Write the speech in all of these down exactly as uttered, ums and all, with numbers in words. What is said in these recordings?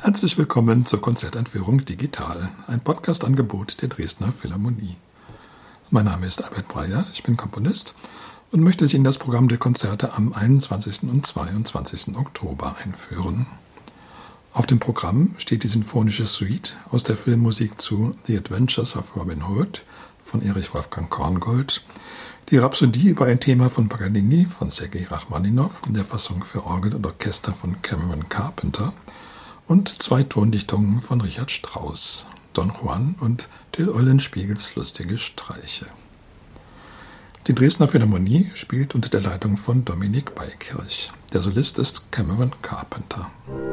Herzlich willkommen zur Konzerteinführung Digital, ein Podcast-Angebot der Dresdner Philharmonie. Mein Name ist Albert Breyer, ich bin Komponist und möchte Sie in das Programm der Konzerte am einundzwanzigsten und zweiundzwanzigsten Oktober einführen. Auf dem Programm steht die sinfonische Suite aus der Filmmusik zu The Adventures of Robin Hood von Erich Wolfgang Korngold, die Rhapsodie über ein Thema von Paganini von Sergei Rachmaninow in der Fassung für Orgel und Orchester von Cameron Carpenter und zwei Tondichtungen von Richard Strauss, Don Juan und Till Eulenspiegels lustige Streiche. Die Dresdner Philharmonie spielt unter der Leitung von Dominik Beikirch. Der Solist ist Cameron Carpenter.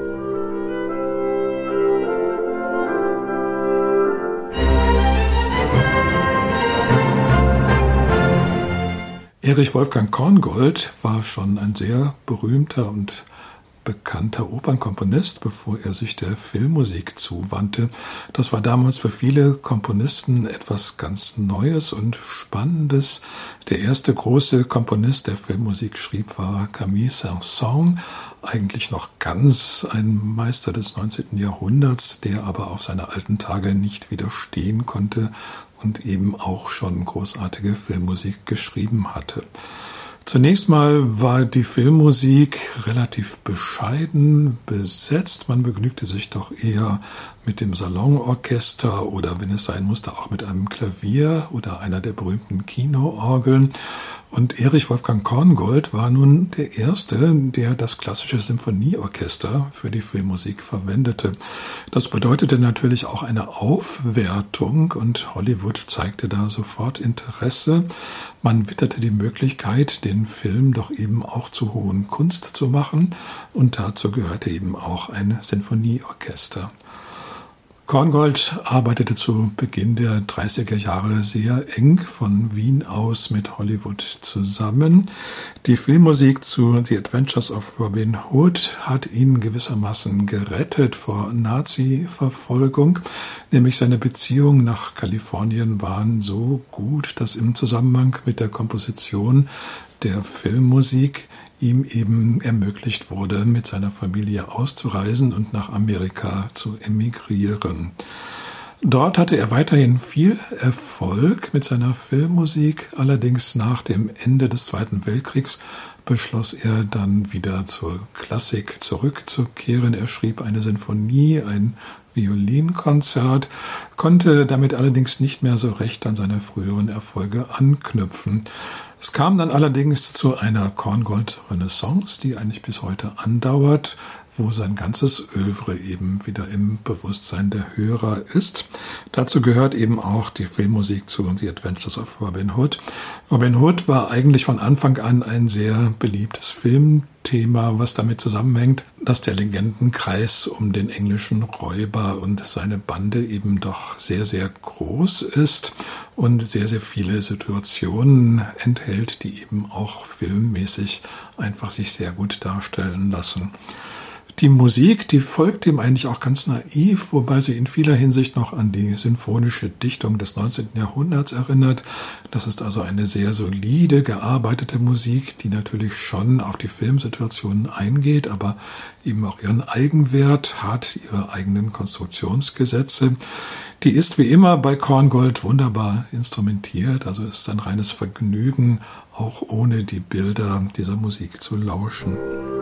Erich Wolfgang Korngold war schon ein sehr berühmter und bekannter Opernkomponist, bevor er sich der Filmmusik zuwandte. Das war damals für viele Komponisten etwas ganz Neues und Spannendes. Der erste große Komponist, der Filmmusik schrieb, war Camille Saint-Saëns, eigentlich noch ganz ein Meister des neunzehnten Jahrhunderts, der aber auf seine alten Tage nicht widerstehen konnte und eben auch schon großartige Filmmusik geschrieben hatte. Zunächst mal war die Filmmusik relativ bescheiden besetzt. Man begnügte sich doch eher mit dem Salonorchester oder, wenn es sein musste, auch mit einem Klavier oder einer der berühmten Kinoorgeln. Und Erich Wolfgang Korngold war nun der Erste, der das klassische Symphonieorchester für die Filmmusik verwendete. Das bedeutete natürlich auch eine Aufwertung und Hollywood zeigte da sofort Interesse. Man witterte die Möglichkeit, den Film doch eben auch zu hohen Kunst zu machen, und dazu gehörte eben auch ein Sinfonieorchester. Korngold arbeitete zu Beginn der dreißiger Jahre sehr eng von Wien aus mit Hollywood zusammen. Die Filmmusik zu The Adventures of Robin Hood hat ihn gewissermaßen gerettet vor Nazi-Verfolgung, nämlich seine Beziehungen nach Kalifornien waren so gut, dass im Zusammenhang mit der Komposition der Filmmusik ihm eben ermöglicht wurde, mit seiner Familie auszureisen und nach Amerika zu emigrieren. Dort hatte er weiterhin viel Erfolg mit seiner Filmmusik, allerdings nach dem Ende des Zweiten Weltkriegs beschloss er dann wieder zur Klassik zurückzukehren. Er schrieb eine Sinfonie, ein Violinkonzert, konnte damit allerdings nicht mehr so recht an seine früheren Erfolge anknüpfen. Es kam dann allerdings zu einer Korngold-Renaissance, die eigentlich bis heute andauert, wo sein ganzes Œuvre eben wieder im Bewusstsein der Hörer ist. Dazu gehört eben auch die Filmmusik zu The Adventures of Robin Hood. Robin Hood war eigentlich von Anfang an ein sehr beliebtes Filmthema, was damit zusammenhängt, dass der Legendenkreis um den englischen Räuber und seine Bande eben doch sehr, sehr groß ist und sehr, sehr viele Situationen enthält, die eben auch filmmäßig einfach sich sehr gut darstellen lassen. Die Musik, die folgt dem eigentlich auch ganz naiv, wobei sie in vieler Hinsicht noch an die sinfonische Dichtung des neunzehnten Jahrhunderts erinnert. Das ist also eine sehr solide, gearbeitete Musik, die natürlich schon auf die Filmsituationen eingeht, aber eben auch ihren Eigenwert hat, ihre eigenen Konstruktionsgesetze. Die ist wie immer bei Korngold wunderbar instrumentiert, also ist ein reines Vergnügen, auch ohne die Bilder dieser Musik zu lauschen.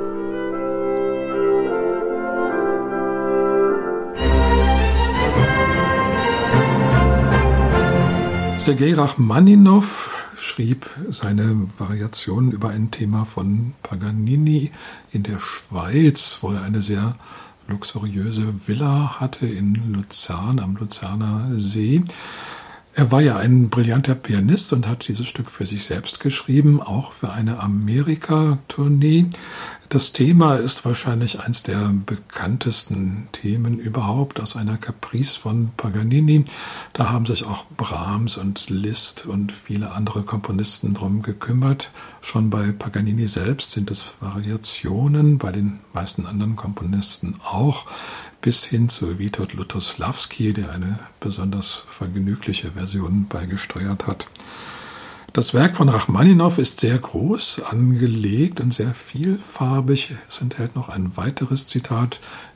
Sergei Rachmaninow schrieb seine Variationen über ein Thema von Paganini in der Schweiz, wo er eine sehr luxuriöse Villa hatte in Luzern am Luzerner See. Er war ja ein brillanter Pianist und hat dieses Stück für sich selbst geschrieben, auch für eine Amerika-Tournee. Das Thema ist wahrscheinlich eines der bekanntesten Themen überhaupt aus einer Caprice von Paganini. Da haben sich auch Brahms und Liszt und viele andere Komponisten drum gekümmert. Schon bei Paganini selbst sind es Variationen, bei den meisten anderen Komponisten auch, bis hin zu Witold Lutosławski, der eine besonders vergnügliche Version beigesteuert hat. Das Werk von Rachmaninow ist sehr groß angelegt und sehr vielfarbig. Es enthält noch ein weiteres Zitat,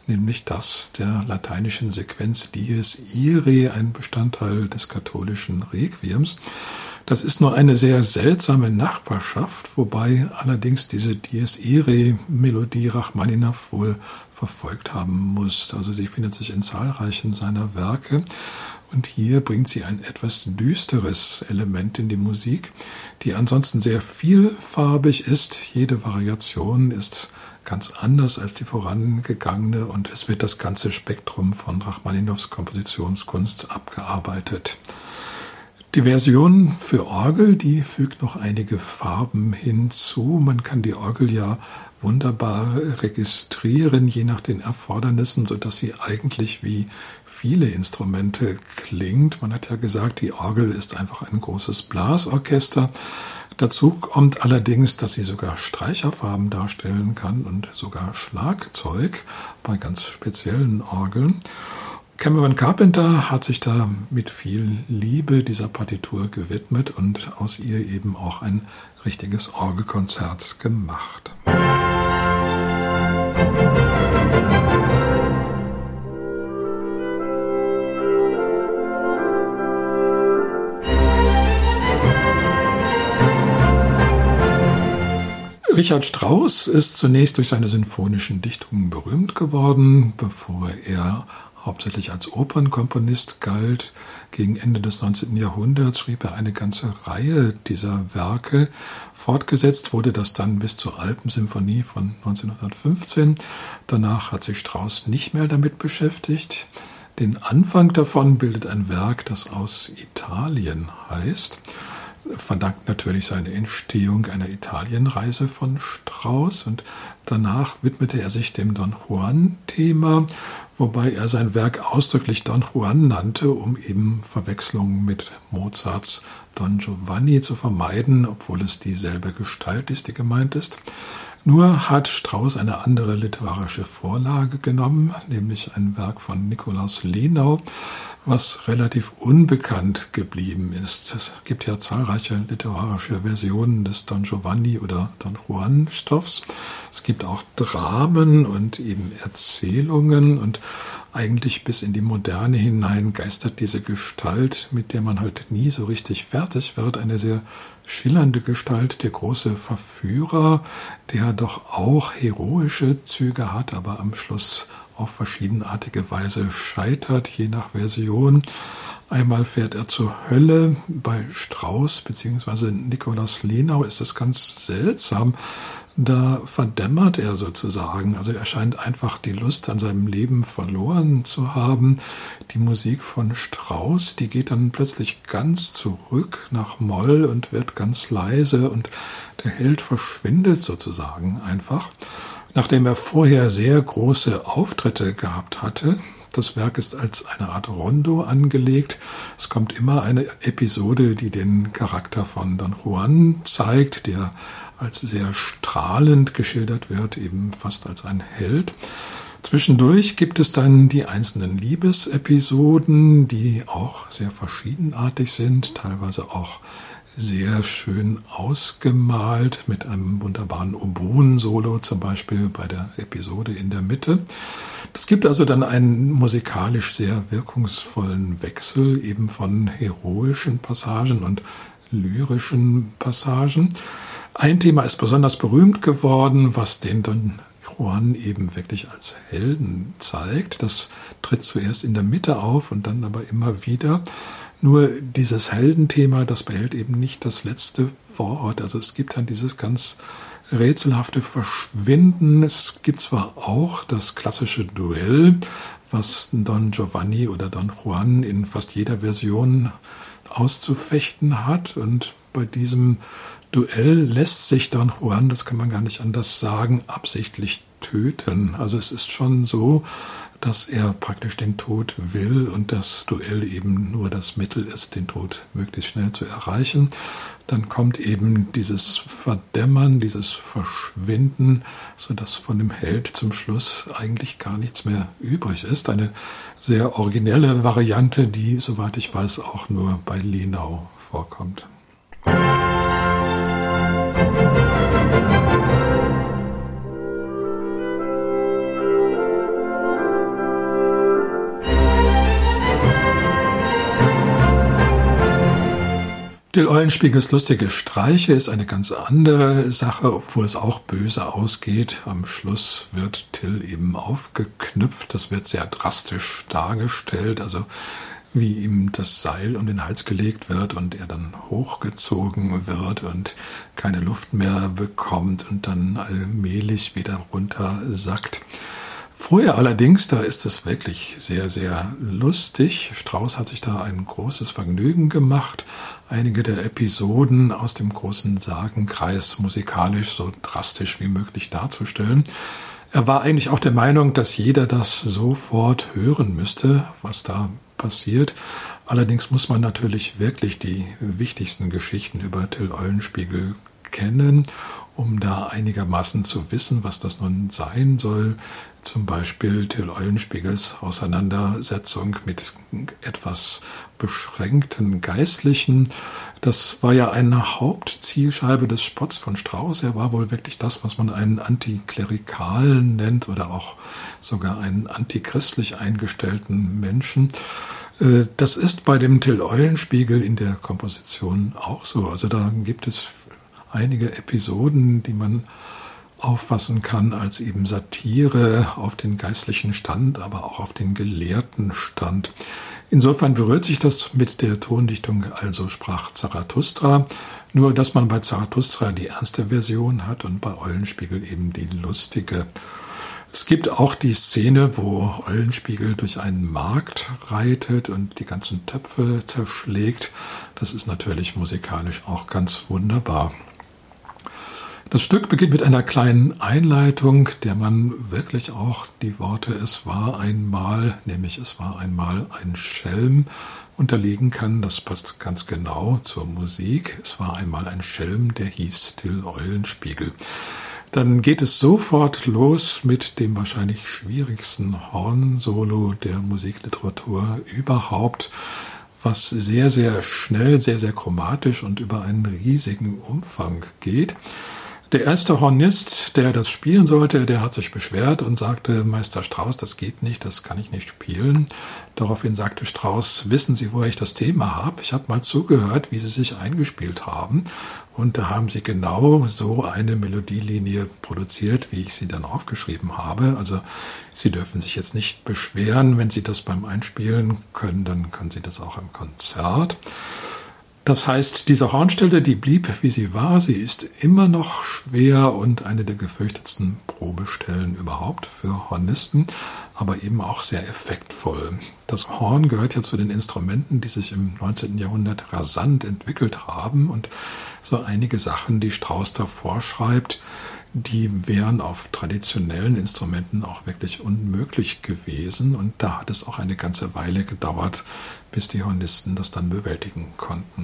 nämlich das der lateinischen Sequenz Dies Irae, ein Bestandteil des katholischen Requiems. Das ist nur eine sehr seltsame Nachbarschaft, wobei allerdings diese Dies Irae-Melodie Rachmaninow wohl verfolgt haben muss. Also sie findet sich in zahlreichen seiner Werke und hier bringt sie ein etwas düsteres Element in die Musik, die ansonsten sehr vielfarbig ist. Jede Variation ist ganz anders als die vorangegangene und es wird das ganze Spektrum von Rachmaninows Kompositionskunst abgearbeitet. Die Version für Orgel, die fügt noch einige Farben hinzu. Man kann die Orgel ja wunderbar registrieren, je nach den Erfordernissen, sodass sie eigentlich wie viele Instrumente klingt. Man hat ja gesagt, die Orgel ist einfach ein großes Blasorchester. Dazu kommt allerdings, dass sie sogar Streicherfarben darstellen kann und sogar Schlagzeug bei ganz speziellen Orgeln. Cameron Carpenter hat sich da mit viel Liebe dieser Partitur gewidmet und aus ihr eben auch ein richtiges Orgelkonzert gemacht. Richard Strauss ist zunächst durch seine sinfonischen Dichtungen berühmt geworden, bevor er hauptsächlich als Opernkomponist galt. Gegen Ende des neunzehnten Jahrhunderts schrieb er eine ganze Reihe dieser Werke. Fortgesetzt wurde das dann bis zur Alpensymphonie von neunzehnhundertfünfzehn. Danach hat sich Strauss nicht mehr damit beschäftigt. Den Anfang davon bildet ein Werk, das Aus Italien heißt. Verdankt natürlich seine Entstehung einer Italienreise von Strauss und danach widmete er sich dem Don Juan-Thema, wobei er sein Werk ausdrücklich Don Juan nannte, um eben Verwechslungen mit Mozarts Don Giovanni zu vermeiden, obwohl es dieselbe Gestalt ist, die gemeint ist. Nur hat Strauss eine andere literarische Vorlage genommen, nämlich ein Werk von Nikolaus Lenau, was relativ unbekannt geblieben ist. Es gibt ja zahlreiche literarische Versionen des Don Giovanni oder Don Juan Stoffs. Es gibt auch Dramen und eben Erzählungen und eigentlich bis in die Moderne hinein geistert diese Gestalt, mit der man halt nie so richtig fertig wird, eine sehr schillernde Gestalt, der große Verführer, der doch auch heroische Züge hat, aber am Schluss auf verschiedenartige Weise scheitert, je nach Version. Einmal fährt er zur Hölle. Bei Strauss bzw. Nikolaus Lenau ist es ganz seltsam. Da verdämmert er sozusagen. Also er scheint einfach die Lust an seinem Leben verloren zu haben. Die Musik von Strauss, die geht dann plötzlich ganz zurück nach Moll und wird ganz leise und der Held verschwindet sozusagen einfach. Nachdem er vorher sehr große Auftritte gehabt hatte, das Werk ist als eine Art Rondo angelegt. Es kommt immer eine Episode, die den Charakter von Don Juan zeigt, der als sehr strahlend geschildert wird, eben fast als ein Held. Zwischendurch gibt es dann die einzelnen Liebesepisoden, die auch sehr verschiedenartig sind, teilweise auch sehr schön ausgemalt, mit einem wunderbaren Oboen-Solo, zum Beispiel bei der Episode in der Mitte. Es gibt also dann einen musikalisch sehr wirkungsvollen Wechsel eben von heroischen Passagen und lyrischen Passagen. Ein Thema ist besonders berühmt geworden, was den Don Juan eben wirklich als Helden zeigt. Das tritt zuerst in der Mitte auf und dann aber immer wieder. Nur dieses Heldenthema, das behält eben nicht das letzte Wort. Also es gibt dann dieses ganz rätselhafte Verschwinden. Es gibt zwar auch das klassische Duell, was Don Giovanni oder Don Juan in fast jeder Version auszufechten hat. Und bei diesem Duell lässt sich Don Juan, das kann man gar nicht anders sagen, absichtlich töten. Also es ist schon so, dass er praktisch den Tod will und das Duell eben nur das Mittel ist, den Tod möglichst schnell zu erreichen. Dann kommt eben dieses Verdämmern, dieses Verschwinden, sodass von dem Held zum Schluss eigentlich gar nichts mehr übrig ist. Eine sehr originelle Variante, die, soweit ich weiß, auch nur bei Lenau vorkommt. Till Eulenspiegels lustige Streiche ist eine ganz andere Sache, obwohl es auch böse ausgeht. Am Schluss wird Till eben aufgeknüpft. Das wird sehr drastisch dargestellt, also wie ihm das Seil um den Hals gelegt wird und er dann hochgezogen wird und keine Luft mehr bekommt und dann allmählich wieder runtersackt. Vorher allerdings, da ist es wirklich sehr, sehr lustig. Strauss hat sich da ein großes Vergnügen gemacht, einige der Episoden aus dem großen Sagenkreis musikalisch so drastisch wie möglich darzustellen. Er war eigentlich auch der Meinung, dass jeder das sofort hören müsste, was da passiert. Allerdings muss man natürlich wirklich die wichtigsten Geschichten über Till Eulenspiegel kennen, um da einigermaßen zu wissen, was das nun sein soll. Zum Beispiel Till Eulenspiegels Auseinandersetzung mit etwas beschränkten Geistlichen. Das war ja eine Hauptzielscheibe des Spotts von Strauss. Er war wohl wirklich das, was man einen Antiklerikalen nennt oder auch sogar einen antichristlich eingestellten Menschen. Das ist bei dem Till Eulenspiegel in der Komposition auch so. Also da gibt es einige Episoden, die man auffassen kann als eben Satire auf den geistlichen Stand, aber auch auf den gelehrten Stand. Insofern berührt sich das mit der Tondichtung, also sprach Zarathustra, nur dass man bei Zarathustra die ernste Version hat und bei Eulenspiegel eben die lustige. Es gibt auch die Szene, wo Eulenspiegel durch einen Markt reitet und die ganzen Töpfe zerschlägt. Das ist natürlich musikalisch auch ganz wunderbar. Das Stück beginnt mit einer kleinen Einleitung, der man wirklich auch die Worte "Es war einmal", nämlich "Es war einmal ein Schelm", unterlegen kann. Das passt ganz genau zur Musik. Es war einmal ein Schelm, der hieß Till Eulenspiegel. Dann geht es sofort los mit dem wahrscheinlich schwierigsten Hornsolo der Musikliteratur überhaupt, was sehr, sehr schnell, sehr, sehr chromatisch und über einen riesigen Umfang geht. Der erste Hornist, der das spielen sollte, der hat sich beschwert und sagte: Meister Strauss, das geht nicht, das kann ich nicht spielen. Daraufhin sagte Strauss: Wissen Sie, woher ich das Thema habe? Ich habe mal zugehört, wie Sie sich eingespielt haben. Und da haben Sie genau so eine Melodielinie produziert, wie ich sie dann aufgeschrieben habe. Also Sie dürfen sich jetzt nicht beschweren, wenn Sie das beim Einspielen können, dann können Sie das auch im Konzert. Das heißt, diese Hornstelle, die blieb, wie sie war. Sie ist immer noch schwer und eine der gefürchtetsten Probestellen überhaupt für Hornisten, aber eben auch sehr effektvoll. Das Horn gehört ja zu den Instrumenten, die sich im neunzehnten Jahrhundert rasant entwickelt haben, und so einige Sachen, die Strauss da vorschreibt, die wären auf traditionellen Instrumenten auch wirklich unmöglich gewesen. Und da hat es auch eine ganze Weile gedauert, bis die Hornisten das dann bewältigen konnten.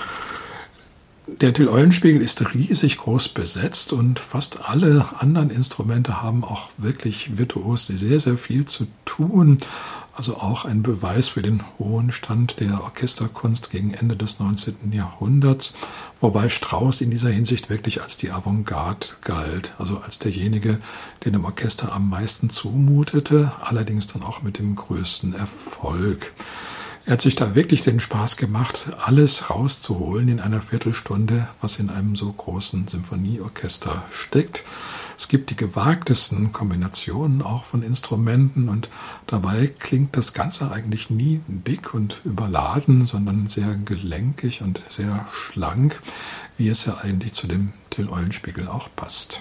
Der Till Eulenspiegel ist riesig groß besetzt und fast alle anderen Instrumente haben auch wirklich virtuos sehr, sehr viel zu tun. Also auch ein Beweis für den hohen Stand der Orchesterkunst gegen Ende des neunzehnten Jahrhunderts, wobei Strauss in dieser Hinsicht wirklich als die Avantgarde galt, also als derjenige, der dem Orchester am meisten zumutete, allerdings dann auch mit dem größten Erfolg. Er hat sich da wirklich den Spaß gemacht, alles rauszuholen in einer Viertelstunde, was in einem so großen Symphonieorchester steckt. Es gibt die gewagtesten Kombinationen auch von Instrumenten und dabei klingt das Ganze eigentlich nie dick und überladen, sondern sehr gelenkig und sehr schlank, wie es ja eigentlich zu dem Till Eulenspiegel auch passt.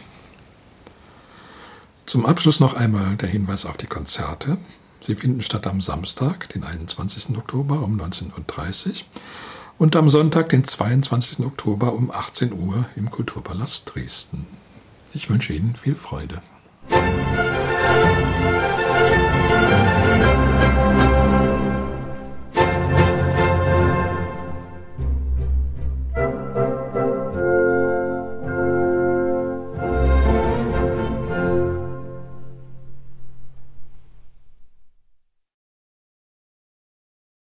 Zum Abschluss noch einmal der Hinweis auf die Konzerte. Sie finden statt am Samstag, den einundzwanzigsten Oktober um neunzehn Uhr dreißig und am Sonntag, den zweiundzwanzigsten Oktober um achtzehn Uhr im Kulturpalast Dresden. Ich wünsche Ihnen viel Freude.